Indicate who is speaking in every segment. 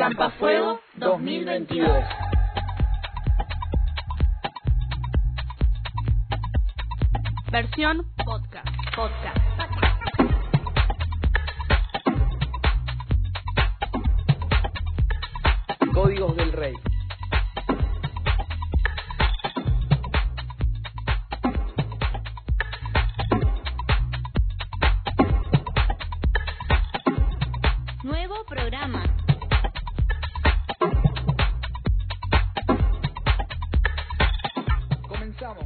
Speaker 1: Campafuego 2022.
Speaker 2: Versión podcast.
Speaker 3: Códigos del Rey.
Speaker 2: Nuevo programa.
Speaker 3: Comenzamos.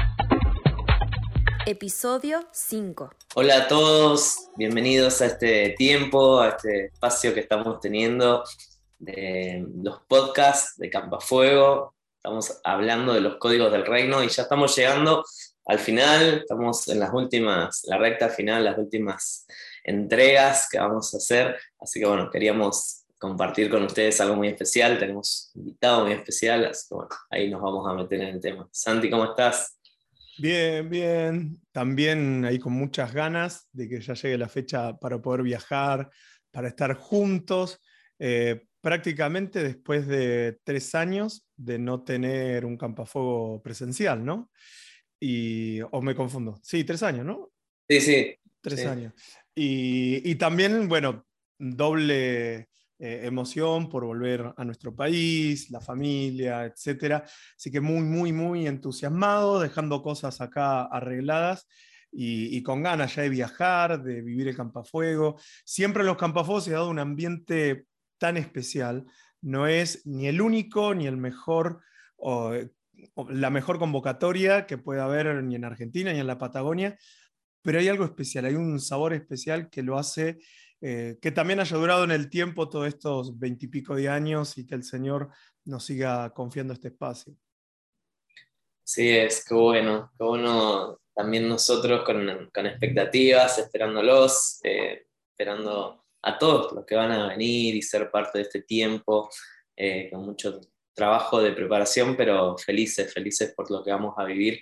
Speaker 4: Episodio 5.
Speaker 5: Hola a todos, bienvenidos a este tiempo, a este espacio que estamos teniendo de los podcasts de Campafuego. Estamos hablando de los códigos del reino y ya estamos llegando al final, estamos en la recta final, las últimas entregas que vamos a hacer. Así que bueno, queríamos compartir con ustedes algo muy especial, tenemos un invitado muy especial, así que bueno, ahí nos vamos a meter en el tema. Santi, ¿cómo estás?
Speaker 6: Bien. También ahí con muchas ganas de que ya llegue la fecha para poder viajar, para estar juntos. Prácticamente después de 3 años de no tener un campafuego presencial, ¿no? O me confundo. Sí, 3 años, ¿no?
Speaker 5: Sí.
Speaker 6: 3
Speaker 5: Sí.
Speaker 6: años. Y también, bueno, doble emoción por volver a nuestro país, la familia, etcétera. Así que muy entusiasmado, dejando cosas acá arregladas y con ganas ya de viajar, de vivir el campafuego. Siempre en los campafuegos se ha dado un ambiente tan especial. No es ni el único ni el mejor o la mejor convocatoria que pueda haber ni en Argentina ni en la Patagonia, pero hay algo especial, hay un sabor especial que lo hace, que también haya durado en el tiempo todos estos 20 y pico de años y que el Señor nos siga confiando este espacio.
Speaker 5: Sí, qué bueno también nosotros con expectativas, esperándolos, esperando a todos los que van a venir y ser parte de este tiempo, con mucho trabajo de preparación, pero felices por lo que vamos a vivir.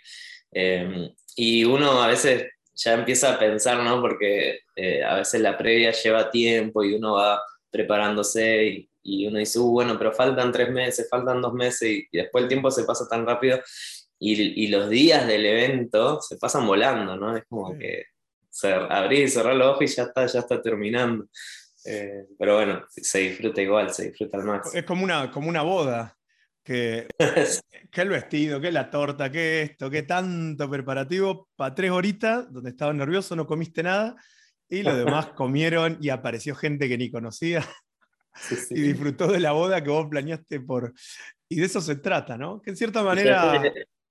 Speaker 5: Y uno a veces ya empieza a pensar, ¿no? Porque a veces la previa lleva tiempo y uno va preparándose y uno dice, bueno, pero faltan 3 meses, faltan 2 meses y después el tiempo se pasa tan rápido y los días del evento se pasan volando, ¿no? Es como
Speaker 6: Sí.
Speaker 5: que abrir y cerrar los ojos y ya está terminando. Pero bueno, se disfruta igual, se disfruta al máximo.
Speaker 6: Es como una boda, que el vestido, que la torta, que esto, que tanto preparativo para 3 horitas, donde estaba nervioso, no comiste nada, y los demás comieron y apareció gente que ni conocía
Speaker 5: Sí.
Speaker 6: y disfrutó de la boda que vos planeaste Y de eso se trata, ¿no? Que en cierta
Speaker 5: Y ya-
Speaker 6: manera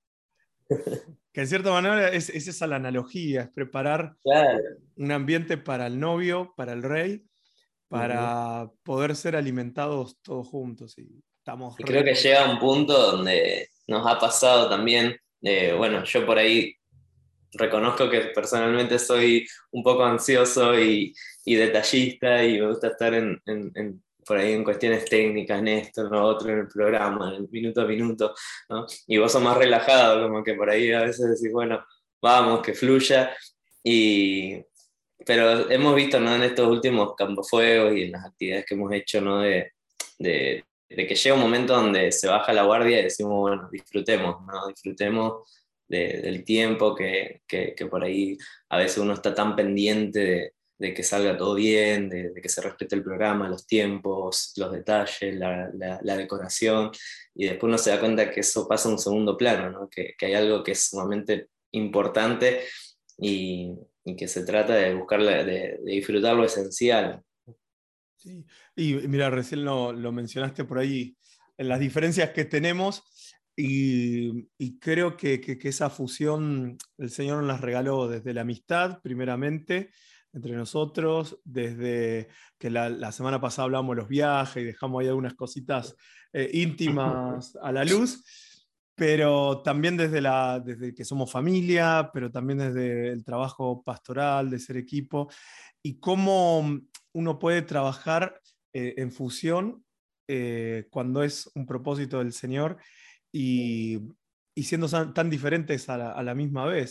Speaker 6: es esa la analogía, es preparar
Speaker 5: Claro.
Speaker 6: un ambiente para el novio, para el rey,
Speaker 5: Ujú.
Speaker 6: para poder ser alimentados todos juntos. Y estamos
Speaker 5: Y creo que
Speaker 6: contentos.
Speaker 5: llega un punto donde nos ha pasado también, bueno, yo por ahí reconozco que personalmente soy un poco ansioso y detallista y me gusta estar por ahí en cuestiones técnicas, en esto, en lo otro, en el programa, en el minuto a minuto, ¿no? Y vos sos más relajado, como que por ahí a veces decís, bueno, vamos, que fluya. Y, pero hemos visto, ¿no? En estos últimos Campofuegos y en las actividades que hemos hecho, ¿no? De que llega un momento donde se baja la guardia y decimos, bueno, disfrutemos, ¿no? Disfrutemos del tiempo que por ahí a veces uno está tan pendiente de que salga todo bien, de que se respete el programa, los tiempos, los detalles, la decoración, y después uno se da cuenta que eso pasa a un segundo plano, ¿no? Que hay algo que es sumamente importante y que se trata de buscar, de disfrutar lo esencial.
Speaker 6: Sí. Y mira, recién lo mencionaste por ahí, en las diferencias que tenemos, y creo que esa fusión el Señor nos las regaló desde la amistad, primeramente, entre nosotros, desde que la semana pasada hablamos de los viajes y dejamos ahí algunas cositas íntimas a la luz, pero también desde que somos familia, pero también desde el trabajo pastoral, de ser equipo, y cómo uno puede trabajar en fusión cuando es un propósito del Señor y siendo tan diferentes a la misma vez.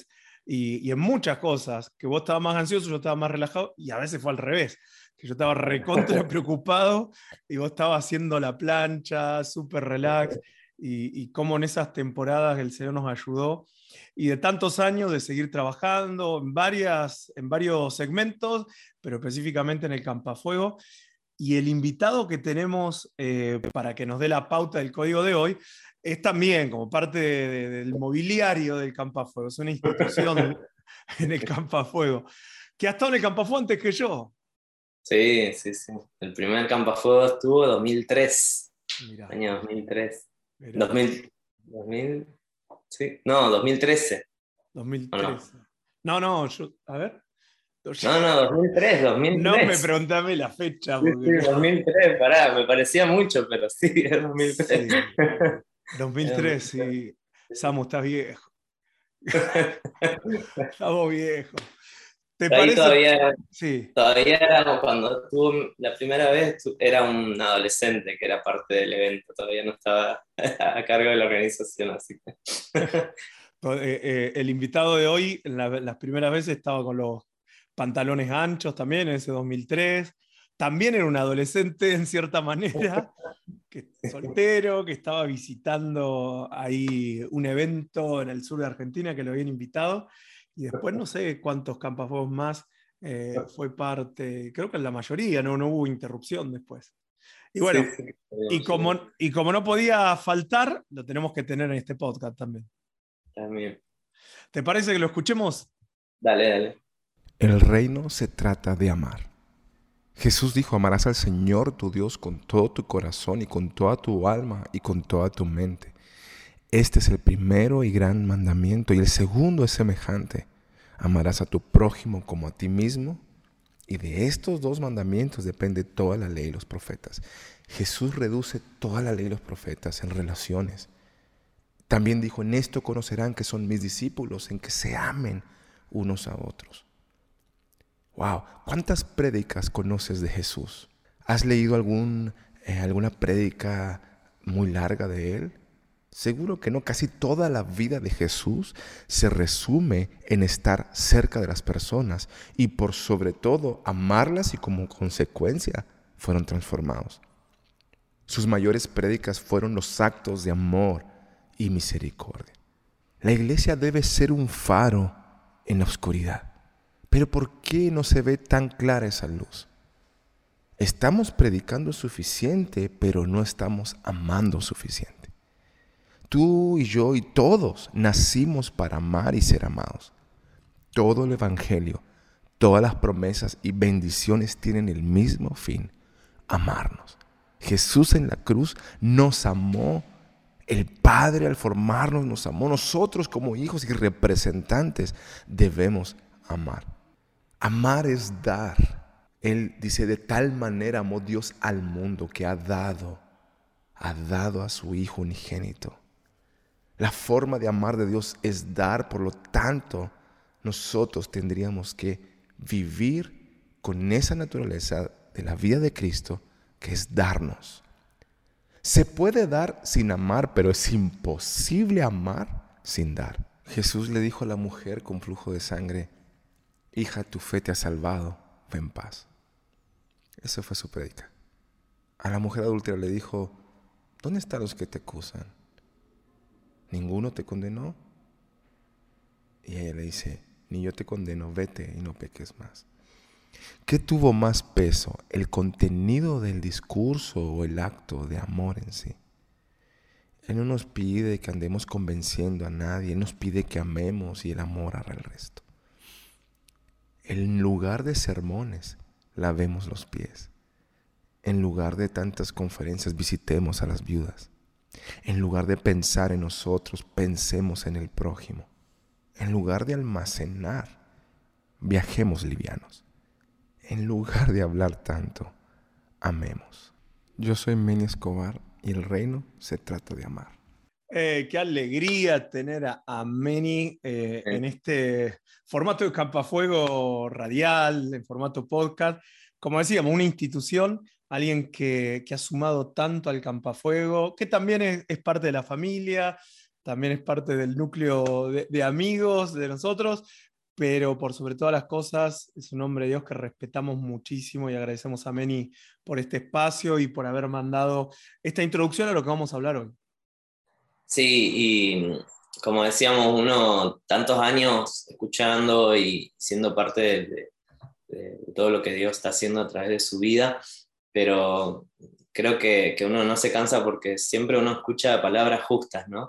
Speaker 6: y en muchas cosas, que vos estabas más ansioso, yo estaba más relajado, y a veces fue al revés, que yo estaba recontra preocupado y vos estabas haciendo la plancha, súper relax, y cómo en esas temporadas el Señor nos ayudó, y de tantos años de seguir trabajando en varios segmentos, pero específicamente en el Campafuego. Y el invitado que tenemos para que nos dé la pauta del código de hoy es también como parte del mobiliario del Campafuego. Es una institución en el Campafuego, que ha estado en el Campafuego antes que yo.
Speaker 5: Sí. El primer Campafuego estuvo en 2003.
Speaker 6: Mirá,
Speaker 5: Año 2003.
Speaker 6: mirá.
Speaker 5: 2000, sí. No, 2013.
Speaker 6: 2013. No, a ver.
Speaker 5: No, 2003.
Speaker 6: No me preguntame la fecha. Porque...
Speaker 5: Sí, 2003, pará, me parecía mucho, pero sí, es 2003.
Speaker 6: Sí. 2003, sí. Samu, estás viejo. Estamos viejos. ¿Te
Speaker 5: Ahí
Speaker 6: parece? Sí.
Speaker 5: todavía era cuando estuvo la primera vez, era un adolescente que era parte del evento, todavía no estaba a cargo de la organización, así que...
Speaker 6: El invitado de hoy, las primeras veces estaba con los pantalones anchos también, en ese 2003. También era un adolescente en cierta manera, soltero, que estaba visitando ahí un evento en el sur de Argentina que lo habían invitado. Y después no sé cuántos Campafuegos más fue parte, creo que en la mayoría, no hubo interrupción después. Y bueno,
Speaker 5: Sí,
Speaker 6: y como no podía faltar, lo tenemos que tener en este podcast también.
Speaker 5: también.
Speaker 6: ¿Te parece que lo escuchemos?
Speaker 5: Dale.
Speaker 7: El reino se trata de amar. Jesús dijo: amarás al Señor tu Dios con todo tu corazón y con toda tu alma y con toda tu mente. Este es el primero y gran mandamiento, y el segundo es semejante: amarás a tu prójimo como a ti mismo. Y de estos dos mandamientos depende toda la ley y los profetas. Jesús reduce toda la ley y los profetas en relaciones. También dijo: en esto conocerán que son mis discípulos, en que se amen unos a otros. Wow, ¿cuántas prédicas conoces de Jesús? ¿Has leído alguna prédica muy larga de él? Seguro que no. Casi toda la vida de Jesús se resume en estar cerca de las personas y por sobre todo amarlas, y como consecuencia fueron transformados. Sus mayores prédicas fueron los actos de amor y misericordia. La iglesia debe ser un faro en la oscuridad. Pero ¿por qué no se ve tan clara esa luz? Estamos predicando suficiente, pero no estamos amando suficiente. Tú y yo y todos nacimos para amar y ser amados. Todo el evangelio, todas las promesas y bendiciones tienen el mismo fin: amarnos. Jesús en la cruz nos amó. El Padre al formarnos nos amó. Nosotros como hijos y representantes debemos amar. Amar es dar. Él dice: de tal manera amó Dios al mundo que ha dado a su Hijo unigénito. La forma de amar de Dios es dar. Por lo tanto, nosotros tendríamos que vivir con esa naturaleza de la vida de Cristo, que es darnos. Se puede dar sin amar, pero es imposible amar sin dar. Jesús le dijo a la mujer con flujo de sangre: hija, tu fe te ha salvado, ve en paz. Esa fue su prédica. A la mujer adúltera le dijo: ¿dónde están los que te acusan? ¿Ninguno te condenó? Y ella le dice: ni yo te condeno, vete y no peques más. ¿Qué tuvo más peso, el contenido del discurso o el acto de amor en sí? Él no nos pide que andemos convenciendo a nadie. Él nos pide que amemos, y el amor hará el resto. En lugar de sermones, lavemos los pies. En lugar de tantas conferencias, visitemos a las viudas. En lugar de pensar en nosotros, pensemos en el prójimo. En lugar de almacenar, viajemos livianos. En lugar de hablar tanto, amemos. Yo soy Meni Escobar y el reino se trata de amar.
Speaker 6: Qué alegría tener a Meni en este formato de Campafuego radial, en formato podcast. Como decíamos, una institución, alguien que ha sumado tanto al Campafuego, que también es parte de la familia, también es parte del núcleo de amigos de nosotros, pero por sobre todas las cosas es un hombre de Dios que respetamos muchísimo y agradecemos a Meni por este espacio y por haber mandado esta introducción a lo que vamos a hablar hoy.
Speaker 5: Sí, y como decíamos, uno tantos años escuchando y siendo parte de todo lo que Dios está haciendo a través de su vida, pero creo que uno no se cansa porque siempre uno escucha palabras justas, ¿no?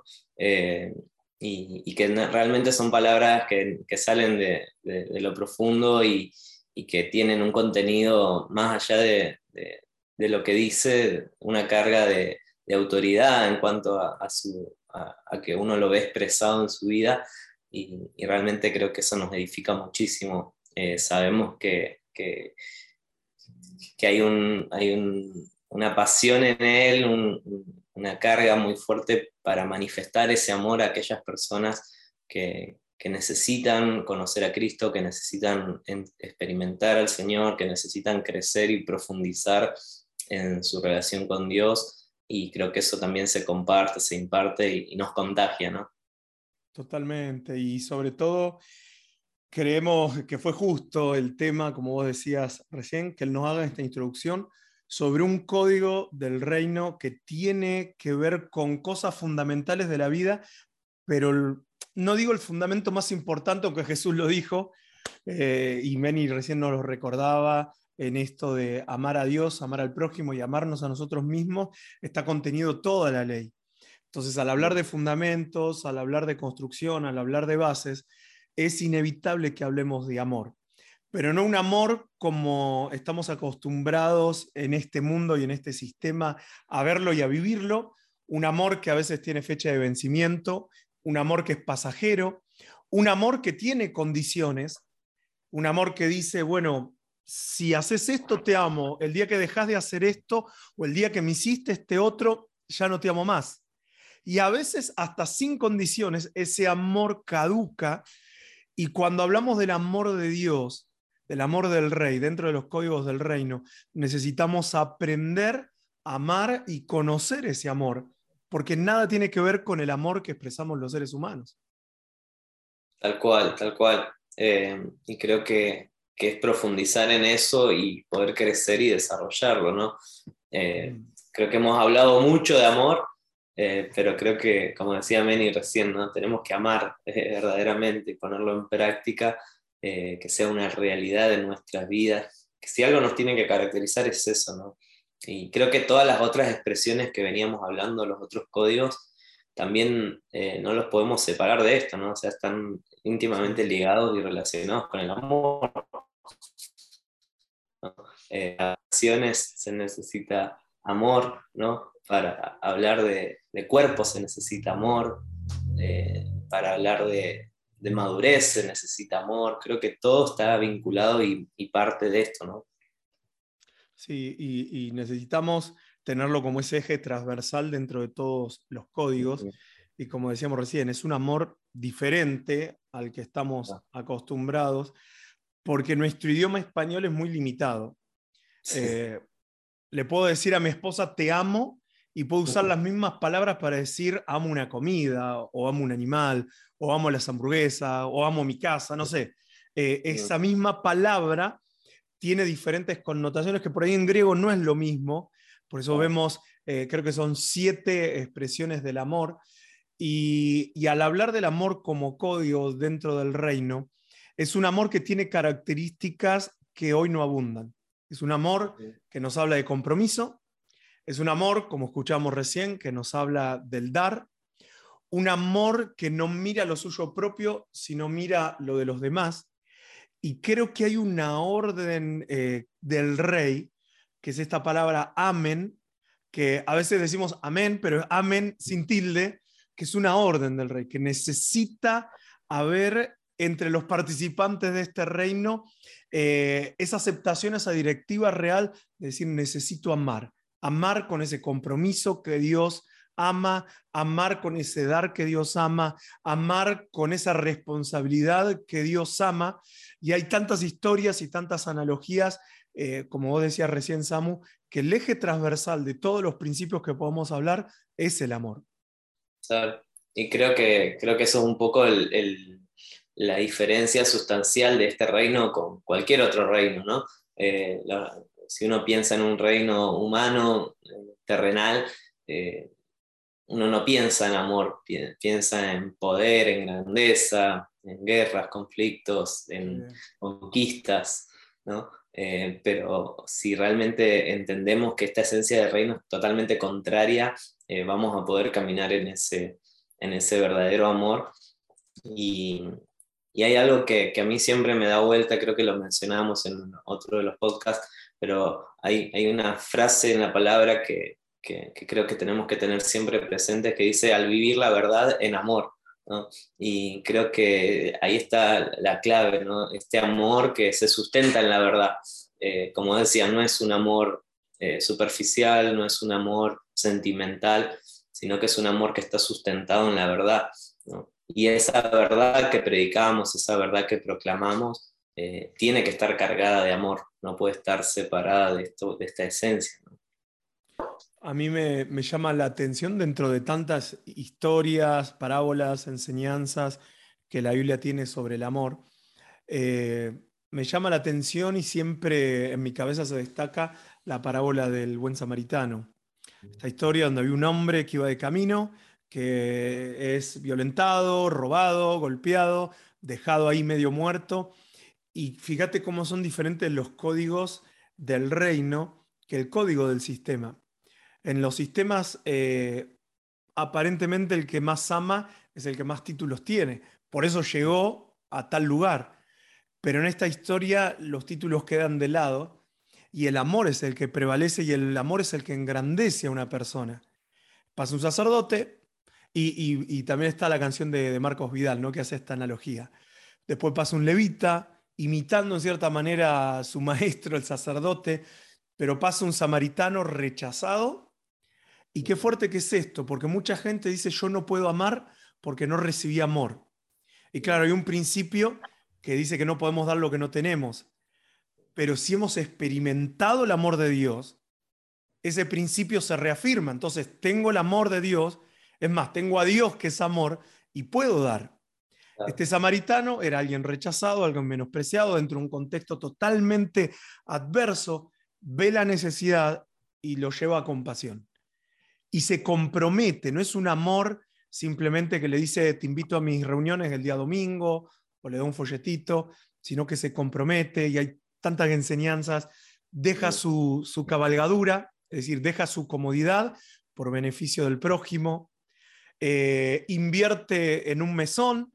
Speaker 5: Y que realmente son palabras que salen de lo profundo y que tienen un contenido más allá de lo que dice, una carga de autoridad en cuanto a que uno lo ve expresado en su vida, y realmente creo que eso nos edifica muchísimo. Sabemos que hay una pasión en él, una carga muy fuerte para manifestar ese amor a aquellas personas que necesitan conocer a Cristo, que necesitan experimentar al Señor, que necesitan crecer y profundizar en su relación con Dios, y creo que eso también se comparte, se imparte y nos contagia, ¿no?
Speaker 6: Totalmente, y sobre todo creemos que fue justo el tema, como vos decías recién, que él nos haga esta introducción sobre un código del reino que tiene que ver con cosas fundamentales de la vida, pero no digo el fundamento más importante, aunque Jesús lo dijo, y Meni recién nos lo recordaba, en esto de amar a Dios, amar al prójimo y amarnos a nosotros mismos, está contenido toda la ley. Entonces, al hablar de fundamentos, al hablar de construcción, al hablar de bases, es inevitable que hablemos de amor. Pero no un amor como estamos acostumbrados en este mundo y en este sistema a verlo y a vivirlo, un amor que a veces tiene fecha de vencimiento, un amor que es pasajero, un amor que tiene condiciones, un amor que dice, bueno, si haces esto te amo, el día que dejas de hacer esto o el día que me hiciste este otro, ya no te amo más. Y a veces hasta sin condiciones ese amor caduca, y cuando hablamos del amor de Dios, del amor del Rey, dentro de los códigos del reino, necesitamos aprender a amar y conocer ese amor, porque nada tiene que ver con el amor que expresamos los seres humanos.
Speaker 5: Tal cual, tal cual. Y creo que es profundizar en eso y poder crecer y desarrollarlo, ¿no? Creo que hemos hablado mucho de amor, pero creo que, como decía Meni recién, ¿no? Tenemos que amar verdaderamente y ponerlo en práctica, que sea una realidad en nuestras vidas. Que si algo nos tiene que caracterizar es eso, ¿no? Y creo que todas las otras expresiones que veníamos hablando, los otros códigos, también no los podemos separar de esto, ¿no? O sea, están íntimamente ligados y relacionados con el amor, ¿no? Las acciones se necesita amor, ¿no? Para hablar de cuerpo se necesita amor, para hablar de madurez se necesita amor. Creo que todo está vinculado y parte de esto, ¿no?
Speaker 6: Sí, y necesitamos tenerlo como ese eje transversal dentro de todos los códigos. Y como decíamos recién, es un amor diferente al que estamos acostumbrados, porque nuestro idioma español es muy limitado.
Speaker 5: Sí.
Speaker 6: Le puedo decir a mi esposa te amo y puedo usar las mismas palabras para decir amo una comida, o amo un animal, o amo las hamburguesas, o amo mi casa, no sé. Esa misma palabra tiene diferentes connotaciones que por ahí en griego no es lo mismo. Por eso vemos, creo que son 7 expresiones del amor. Y al hablar del amor como código dentro del reino, es un amor que tiene características que hoy no abundan. Es un amor que nos habla de compromiso, es un amor, como escuchamos recién, que nos habla del dar, un amor que no mira lo suyo propio, sino mira lo de los demás. Y creo que hay una orden del Rey, que es esta palabra amén, que a veces decimos amén, pero es amén sin tilde, que es una orden del Rey, que necesita haber entre los participantes de este reino esa aceptación, esa directiva real de decir necesito amar, amar con ese compromiso que Dios ama, amar con ese dar que Dios ama, amar con esa responsabilidad que Dios ama. Y hay tantas historias y tantas analogías, como vos decías recién, Samu, que el eje transversal de todos los principios que podemos hablar es el amor.
Speaker 5: Y creo que eso es un poco la diferencia sustancial de este reino con cualquier otro reino, ¿no? Si uno piensa en un reino humano, terrenal, uno no piensa en amor, piensa en poder, en grandeza, en guerras, conflictos, en conquistas, ¿no? Pero si realmente entendemos que esta esencia del reino es totalmente contraria, vamos a poder caminar en ese verdadero amor. Y hay algo que a mí siempre me da vuelta, creo que lo mencionamos en otro de los podcasts, pero hay una frase en la palabra que creo que tenemos que tener siempre presente, que dice: al vivir la verdad en amor, ¿no? Y creo que ahí está la clave, ¿no? Este amor que se sustenta en la verdad. Como decía, no es un amor superficial, no es un amor sentimental, sino que es un amor que está sustentado en la verdad, ¿no? Y esa verdad que predicamos, esa verdad que proclamamos, tiene que estar cargada de amor, no puede estar separada de esta esencia, ¿no?
Speaker 6: A mí me llama la atención, dentro de tantas historias, parábolas, enseñanzas que la Biblia tiene sobre el amor, me llama la atención y siempre en mi cabeza se destaca la parábola del buen samaritano. Esta historia donde había un hombre que iba de camino, que es violentado, robado, golpeado, dejado ahí medio muerto. Y fíjate cómo son diferentes los códigos del reino que el código del sistema. En los sistemas, aparentemente el que más ama es el que más títulos tiene. Por eso llegó a tal lugar. Pero en esta historia los títulos quedan de lado y el amor es el que prevalece, y el amor es el que engrandece a una persona. Pasa un sacerdote y también está la canción de Marcos Vidal, ¿no?, que hace esta analogía. Después pasa un levita, imitando en cierta manera a su maestro, el sacerdote, pero pasa un samaritano rechazado. Y qué fuerte que es esto, porque mucha gente dice: yo no puedo amar porque no recibí amor. Y claro, hay un principio que dice que no podemos dar lo que no tenemos. Pero si hemos experimentado el amor de Dios, ese principio se reafirma. Entonces tengo el amor de Dios, es más, tengo a Dios que es amor y puedo dar.
Speaker 5: Claro.
Speaker 6: Este samaritano era alguien rechazado, alguien menospreciado, dentro de un contexto totalmente adverso, ve la necesidad y lo lleva a compasión. Y se compromete, no es un amor simplemente que le dice: te invito a mis reuniones el día domingo, o le da un folletito, sino que se compromete, y hay tantas enseñanzas. Deja su cabalgadura, es decir, deja su comodidad por beneficio del prójimo, invierte en un mesón.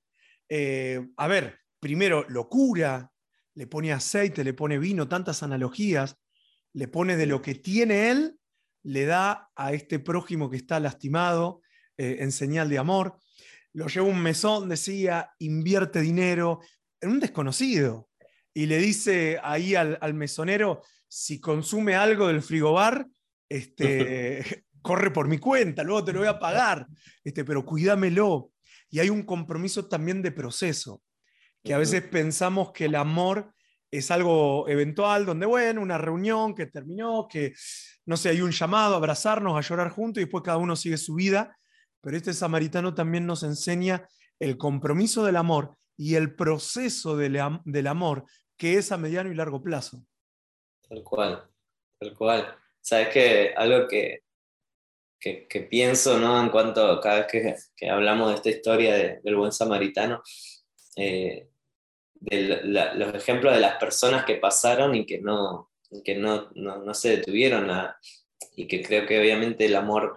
Speaker 6: Primero lo cura, le pone aceite, le pone vino, tantas analogías, le pone de lo que tiene él, le da a este prójimo que está lastimado, en señal de amor. Lo lleva a un mesón, decía, invierte dinero en un desconocido y le dice ahí al mesonero: si consume algo del frigobar, corre por mi cuenta, luego te lo voy a pagar, pero cuídamelo. Y hay un compromiso también de proceso, que a veces pensamos que el amor es algo eventual, donde, bueno, una reunión que terminó, que, no sé, hay un llamado a abrazarnos, a llorar juntos, y después cada uno sigue su vida. Pero este samaritano también nos enseña el compromiso del amor y el proceso del amor, que es a mediano y largo plazo.
Speaker 5: Tal cual, tal cual. Sabes que algo que pienso, ¿no?, en cuanto cada vez que hablamos de esta historia del buen samaritano, los ejemplos de las personas que pasaron y que no se detuvieron, y que creo que obviamente el amor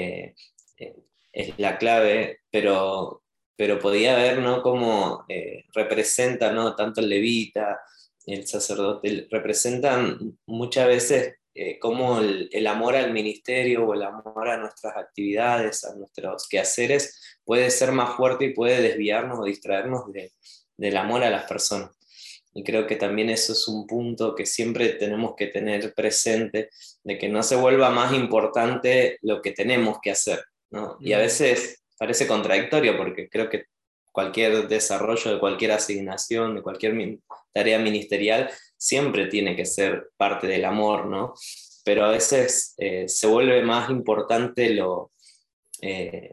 Speaker 5: es la clave, pero podía ver, ¿no?, cómo representa, ¿no?, tanto el levita, el sacerdote, representan muchas veces cómo el amor al ministerio o el amor a nuestras actividades, a nuestros quehaceres, puede ser más fuerte y puede desviarnos o distraernos del amor a las personas. Y creo que también eso es un punto que siempre tenemos que tener presente, de que no se vuelva más importante lo que tenemos que hacer, ¿no? Y a veces parece contradictorio, porque creo que cualquier desarrollo de cualquier asignación, de cualquier tarea ministerial, siempre tiene que ser parte del amor, ¿no? Pero a veces se vuelve más importante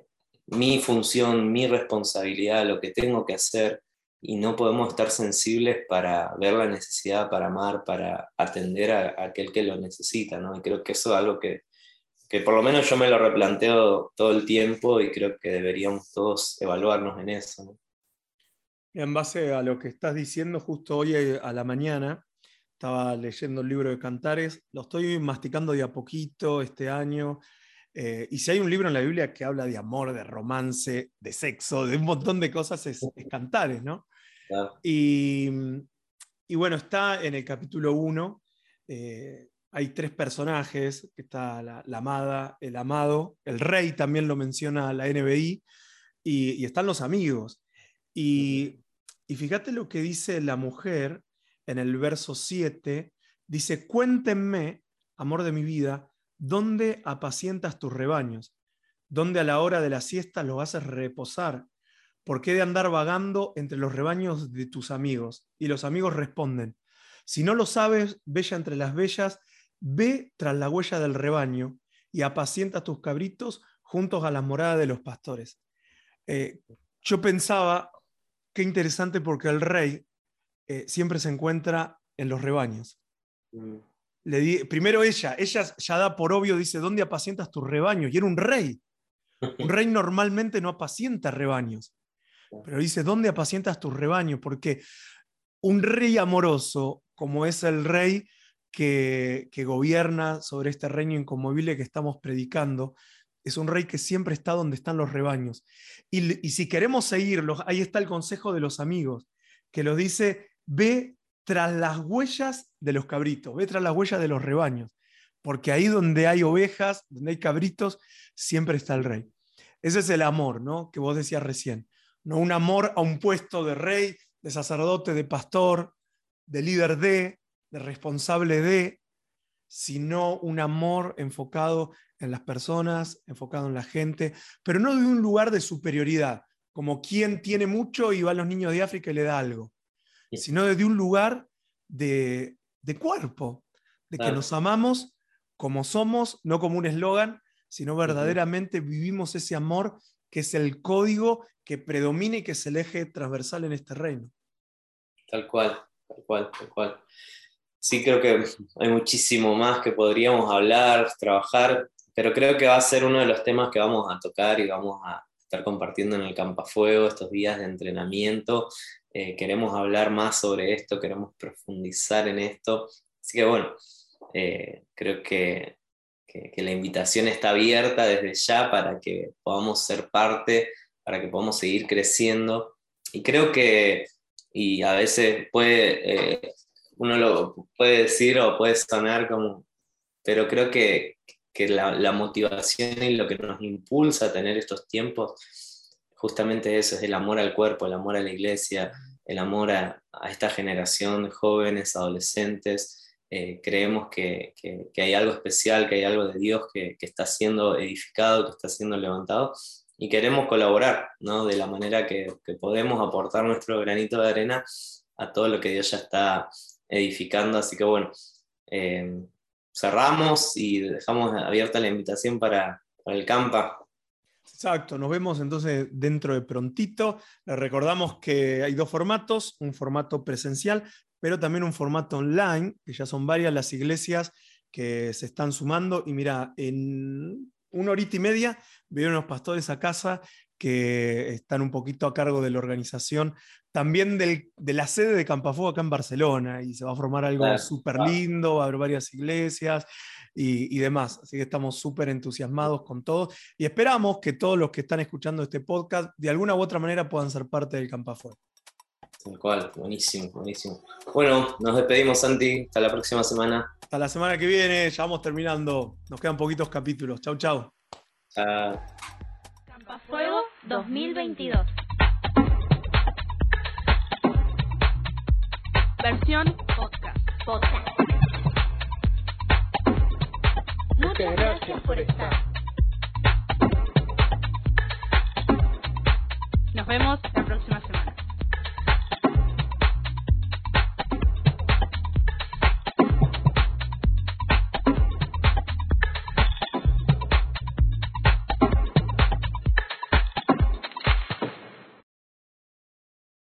Speaker 5: mi función, mi responsabilidad, lo que tengo que hacer, y no podemos estar sensibles para ver la necesidad, para amar, para atender a aquel que lo necesita, ¿no? Y creo que eso es algo que por lo menos yo me lo replanteo todo el tiempo y creo que deberíamos todos evaluarnos en eso, ¿no?
Speaker 6: En base a lo que estás diciendo, justo hoy a la mañana estaba leyendo el libro de Cantares, lo estoy masticando de a poquito este año, y si hay un libro en la Biblia que habla de amor, de romance, de sexo, de un montón de cosas, es Cantares, ¿no?
Speaker 5: Claro.
Speaker 6: Y bueno, está en el capítulo 1, hay 3 personajes, que está la amada, el amado, el rey también lo menciona la NBI, y están los amigos. Y fíjate lo que dice la mujer en el verso 7, dice: cuéntenme, amor de mi vida, ¿dónde apacientas tus rebaños? ¿Dónde a la hora de la siesta los haces reposar? ¿Por qué de andar vagando entre los rebaños de tus amigos? Y los amigos responden: si no lo sabes, bella entre las bellas, ve tras la huella del rebaño y apacienta tus cabritos juntos a las moradas de los pastores. Yo pensaba, qué interesante, porque el rey siempre se encuentra en los rebaños. Primero ella ya da por obvio, dice: ¿dónde apacientas tus rebaños? Y era un rey. Un rey normalmente no apacienta rebaños. Pero dice: ¿dónde apacientas tus rebaños? Porque un rey amoroso, como es el rey que gobierna sobre este reino inconmovible que estamos predicando, es un rey que siempre está donde están los rebaños. Y si queremos seguirlos, ahí está el consejo de los amigos, que los dice: ve tras las huellas de los cabritos, ve tras las huellas de los rebaños, porque ahí donde hay ovejas, donde hay cabritos, siempre está el rey. Ese es el amor, ¿no?, que vos decías recién. No un amor a un puesto de rey, de sacerdote, de pastor, de líder de responsable de, sino un amor enfocado en las personas, enfocado en la gente, pero no de un lugar de superioridad, como quien tiene mucho y va a los niños de África y le da algo, sino desde un lugar de cuerpo, de que nos amamos como somos, no como un eslogan, sino verdaderamente vivimos ese amor que es el código que predomina y que es el eje transversal en este reino.
Speaker 5: Tal cual. Sí, creo que hay muchísimo más que podríamos hablar, trabajar, pero creo que va a ser uno de los temas que vamos a tocar y vamos a estar compartiendo en el Campafuego estos días de entrenamiento. Queremos hablar más sobre esto, queremos profundizar en esto. Así que bueno, creo que la invitación está abierta desde ya para que podamos ser parte, para que podamos seguir creciendo. Y creo que, y a veces uno lo puede decir o puede sonar como, pero creo que la motivación y lo que nos impulsa a tener estos tiempos, justamente eso, es el amor al cuerpo, el amor a la iglesia, el amor a esta generación de jóvenes, adolescentes. Creemos que hay algo especial, que hay algo de Dios que está siendo edificado, que está siendo levantado, y queremos colaborar, ¿no?, de la manera que podemos aportar nuestro granito de arena a todo lo que Dios ya está edificando. Así que bueno, cerramos y dejamos abierta la invitación para el Campa.
Speaker 6: Exacto, nos vemos entonces dentro de prontito. Les recordamos que hay 2 formatos, un formato presencial, pero también un formato online, que ya son varias las iglesias que se están sumando. Y mira, en 1 horita y media vinieron unos pastores a casa que están un poquito a cargo de la organización también de la sede de Campafuego acá en Barcelona, y se va a formar algo súper lindo, va a haber varias iglesias y demás, así que estamos súper entusiasmados con todo y esperamos que todos los que están escuchando este podcast de alguna u otra manera puedan ser parte del Campafuego.
Speaker 5: Tal cual, buenísimo. Bueno, nos despedimos, Santi, hasta la próxima semana.
Speaker 6: Hasta la semana que viene, ya vamos terminando, nos quedan poquitos capítulos. Chau.
Speaker 5: Chao.
Speaker 2: Campafuego 2022. Versión podcast. Muchas gracias por estar.
Speaker 1: Nos vemos la próxima semana.